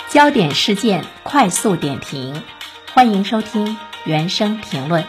焦点事件快速点评，欢迎收听原声评论。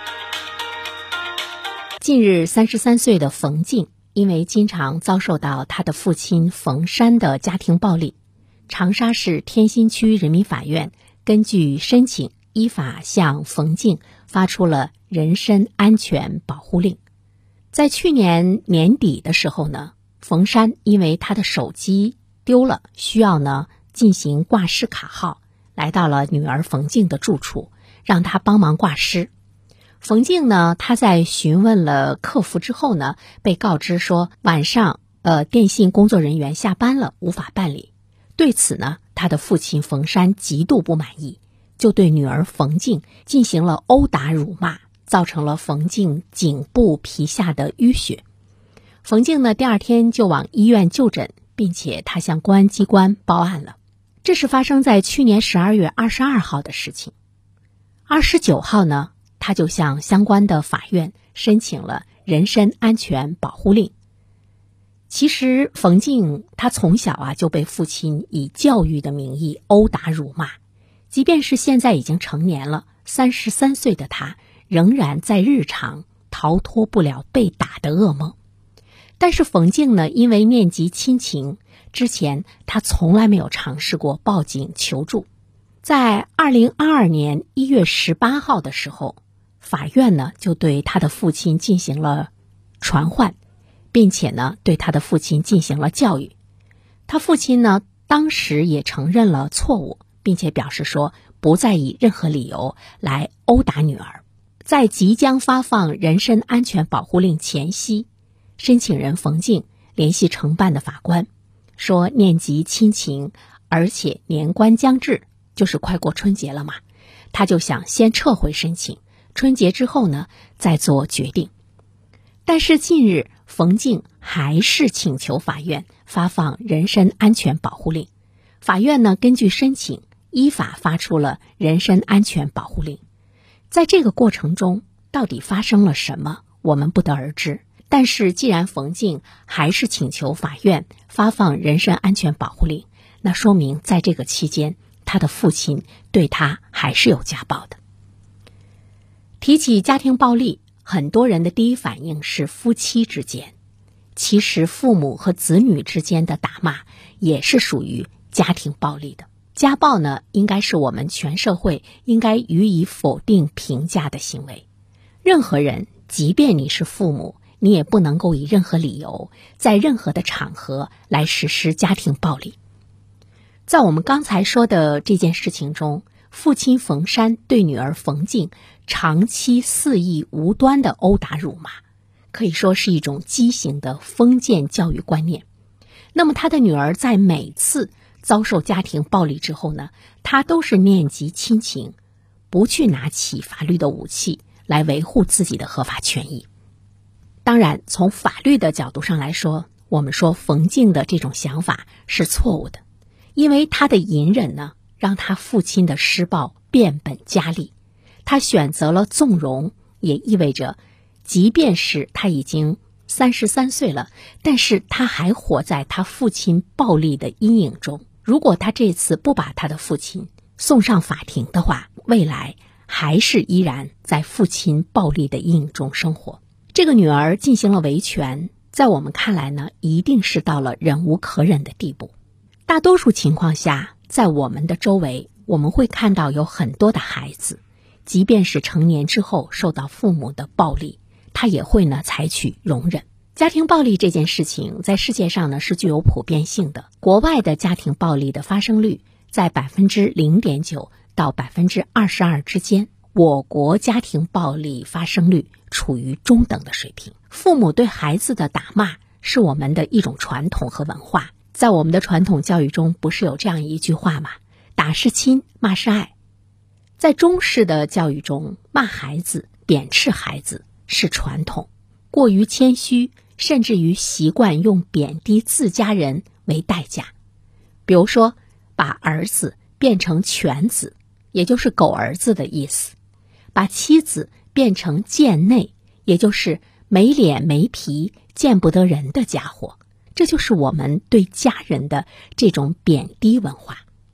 近日33岁的冯静因为经常遭受到他的父亲冯山的家庭暴力，长沙市天心区人民法院根据申请依法向冯静发出了人身安全保护令。在去年年底的时候呢，冯山因为他的手机丢了，需要进行挂失卡号，来到了女儿冯静的住处，让他帮忙挂失。冯静他在询问了客服之后被告知说晚上电信工作人员下班了，无法办理。对此他的父亲冯山极度不满意，就对女儿冯静进行了殴打辱骂，造成了冯静颈部皮下的淤血。冯静第二天就往医院就诊，并且他向公安机关报案了。这是发生在去年12月22号的事情。29号他就向相关的法院申请了人身安全保护令。其实冯静他从小就被父亲以教育的名义殴打辱骂，即便是现在已经成年了33岁的他，仍然在日常逃脱不了被打的噩梦。但是冯静因为念及亲情，之前他从来没有尝试过报警求助。在2022年1月18号的时候，法院就对他的父亲进行了传唤，并且对他的父亲进行了教育。他父亲当时也承认了错误，并且表示说不再以任何理由来殴打女儿。在即将发放人身安全保护令前夕，申请人冯静联系承办的法官，说念及亲情，而且年关将至，就是快过春节了嘛，他就想先撤回申请，春节之后再做决定。但是近日冯静还是请求法院发放人身安全保护令，法院根据申请依法发出了人身安全保护令。在这个过程中到底发生了什么，我们不得而知。但是既然冯静还是请求法院发放人身安全保护令，那说明在这个期间他的父亲对他还是有家暴的。提起家庭暴力，很多人的第一反应是夫妻之间，其实父母和子女之间的打骂也是属于家庭暴力的。家暴应该是我们全社会应该予以否定评价的行为。任何人，即便你是父母，你也不能够以任何理由在任何的场合来实施家庭暴力。在我们刚才说的这件事情中，父亲冯山对女儿冯静长期肆意无端的殴打辱骂，可以说是一种畸形的封建教育观念。那么他的女儿在每次遭受家庭暴力之后他都是念及亲情，不去拿起法律的武器来维护自己的合法权益。当然从法律的角度上来说，我们说冯静的这种想法是错误的，因为他的隐忍让他父亲的施暴变本加厉。他选择了纵容，也意味着即便是他已经33岁了，但是他还活在他父亲暴力的阴影中。如果他这次不把他的父亲送上法庭的话，未来还是依然在父亲暴力的阴影中生活。这个女儿进行了维权，在我们看来一定是到了忍无可忍的地步。大多数情况下，在我们的周围，我们会看到有很多的孩子，即便是成年之后受到父母的暴力，他也会采取容忍。家庭暴力这件事情在世界上是具有普遍性的。国外的家庭暴力的发生率在 0.9% 到 22% 之间，我国家庭暴力发生率处于中等的水平。父母对孩子的打骂是我们的一种传统和文化。在我们的传统教育中，不是有这样一句话吗？打是亲，骂是爱。在中式的教育中，骂孩子、贬斥孩子是传统，过于谦虚，甚至于习惯用贬低自家人为代价。比如说把儿子变成犬子，也就是狗儿子的意思；把妻子变成贱内，也就是没脸没皮见不得人的家伙。这就是我们对家人的这种贬低文化。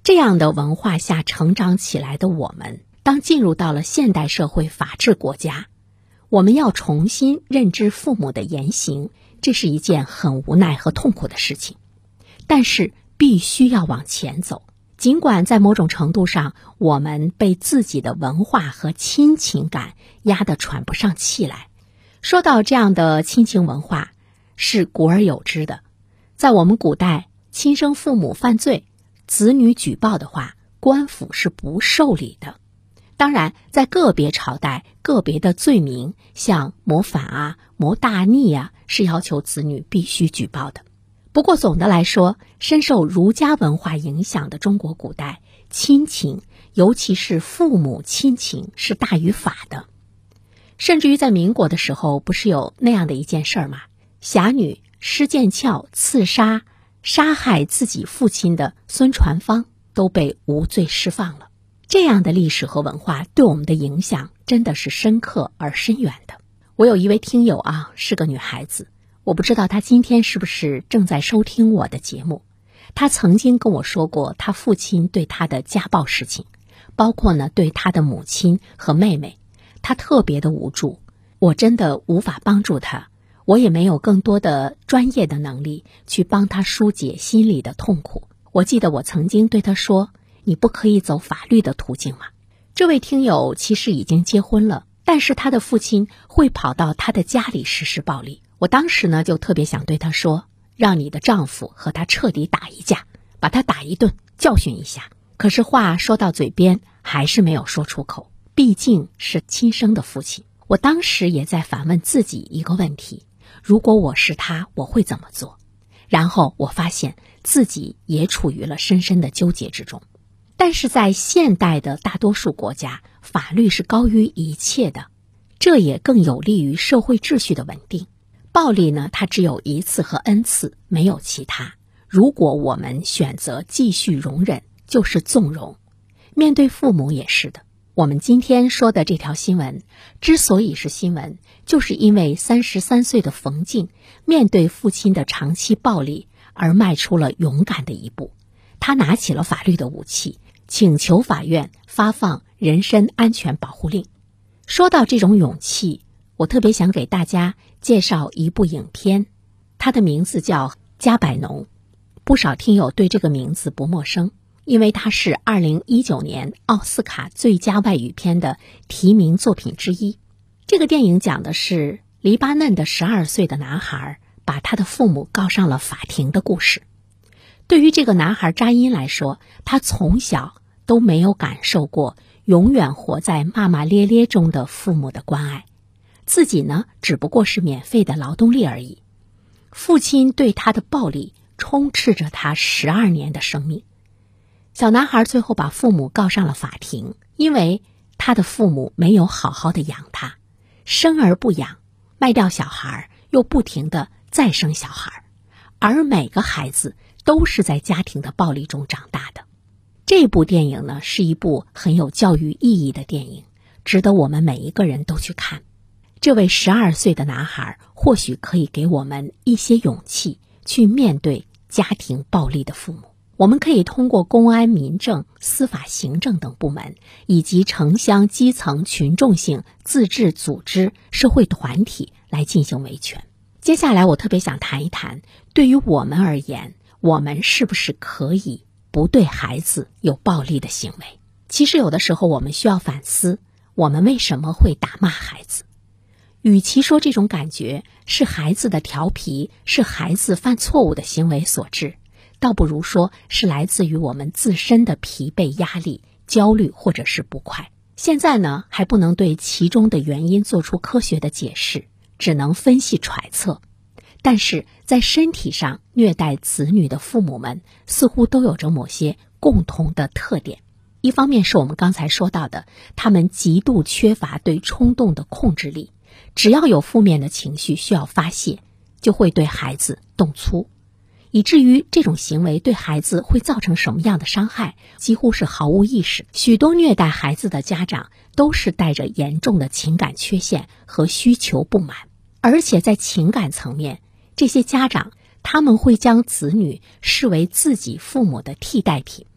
这样的文化下成长起来的我们，当进入到了现代社会法治国家，我们要重新认知父母的言行，这是一件很无奈和痛苦的事情。但是必须要往前走，尽管在某种程度上，我们被自己的文化和亲情感压得喘不上气来。说到这样的亲情文化，是古而有之的。在我们古代，亲生父母犯罪，子女举报的话，官府是不受理的。当然，在个别朝代，个别的罪名，像谋反啊、谋大逆啊，是要求子女必须举报的。不过总的来说，深受儒家文化影响的中国古代，亲情，尤其是父母亲情，是大于法的。甚至于在民国的时候，不是有那样的一件事儿吗？侠女施剑鞘刺杀害自己父亲的孙传芳都被无罪释放了。这样的历史和文化对我们的影响真的是深刻而深远的。我有一位听友啊，是个女孩子，我不知道她今天是不是正在收听我的节目。她曾经跟我说过她父亲对她的家暴事情，包括呢对她的母亲和妹妹。她特别的无助，我真的无法帮助她，我也没有更多的专业的能力去帮她疏解心里的痛苦。我记得我曾经对她说，你不可以走法律的途径吗？这位听友其实已经结婚了，但是他的父亲会跑到他的家里实施暴力。我当时呢就特别想对他说，让你的丈夫和他彻底打一架，把他打一顿，教训一下。可是话说到嘴边还是没有说出口，毕竟是亲生的父亲。我当时也在反问自己一个问题，如果我是他，我会怎么做？然后我发现自己也处于了深深的纠结之中。但是在现代的大多数国家，法律是高于一切的，这也更有利于社会秩序的稳定。暴力呢，它只有一次和 n 次，没有其他。如果我们选择继续容忍，就是纵容。面对父母也是的。我们今天说的这条新闻之所以是新闻，就是因为33岁的冯静面对父亲的长期暴力而迈出了勇敢的一步。他拿起了法律的武器，请求法院发放人身安全保护令。说到这种勇气，我特别想给大家介绍一部影片，它的名字叫《加百农》。不少听友对这个名字不陌生，因为它是2019年奥斯卡最佳外语片的提名作品之一。这个电影讲的是黎巴嫩的12岁的男孩把他的父母告上了法庭的故事。对于这个男孩扎因来说，他从小都没有感受过永远活在骂骂咧咧中的父母的关爱，自己呢只不过是免费的劳动力而已。父亲对他的暴力充斥着他12年的生命。小男孩最后把父母告上了法庭，因为他的父母没有好好的养他，生而不养，卖掉小孩，又不停的再生小孩，而每个孩子都是在家庭的暴力中长大的。这部电影呢，是一部很有教育意义的电影，值得我们每一个人都去看。这位12岁的男孩或许可以给我们一些勇气，去面对家庭暴力的父母。我们可以通过公安、民政、司法、行政等部门，以及城乡基层群众性自治组织、社会团体来进行维权。接下来我特别想谈一谈，对于我们而言，我们是不是可以不对孩子有暴力的行为？其实有的时候我们需要反思，我们为什么会打骂孩子？与其说这种感觉是孩子的调皮，是孩子犯错误的行为所致，倒不如说是来自于我们自身的疲惫、压力、焦虑或者是不快。现在呢，还不能对其中的原因做出科学的解释，只能分析揣测。但是在身体上虐待子女的父母们似乎都有着某些共同的特点。一方面是我们刚才说到的，他们极度缺乏对冲动的控制力，只要有负面的情绪需要发泄，就会对孩子动粗，以至于这种行为对孩子会造成什么样的伤害，几乎是毫无意识。许多虐待孩子的家长都是带着严重的情感缺陷和需求不满，而且在情感层面，这些家长他们会将子女视为自己父母的替代品，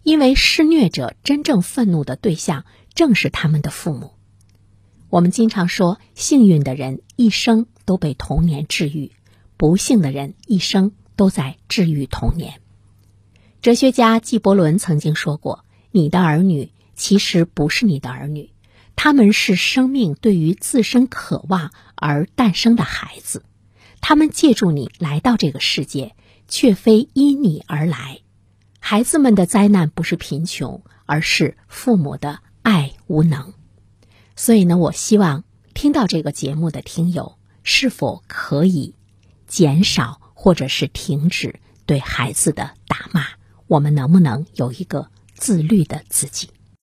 因为施虐者真正愤怒的对象正是他们的父母。我们经常说，幸运的人一生都被童年治愈，不幸的人一生都在治愈童年。哲学家纪伯伦曾经说过，你的儿女其实不是你的儿女，他们是生命对于自身渴望而诞生的孩子，他们借助你来到这个世界，却非因你而来。孩子们的灾难不是贫穷，而是父母的爱无能。所以呢，我希望听到这个节目的听友，是否可以减少或者是停止对孩子的打骂？我们能不能有一个自律的自己？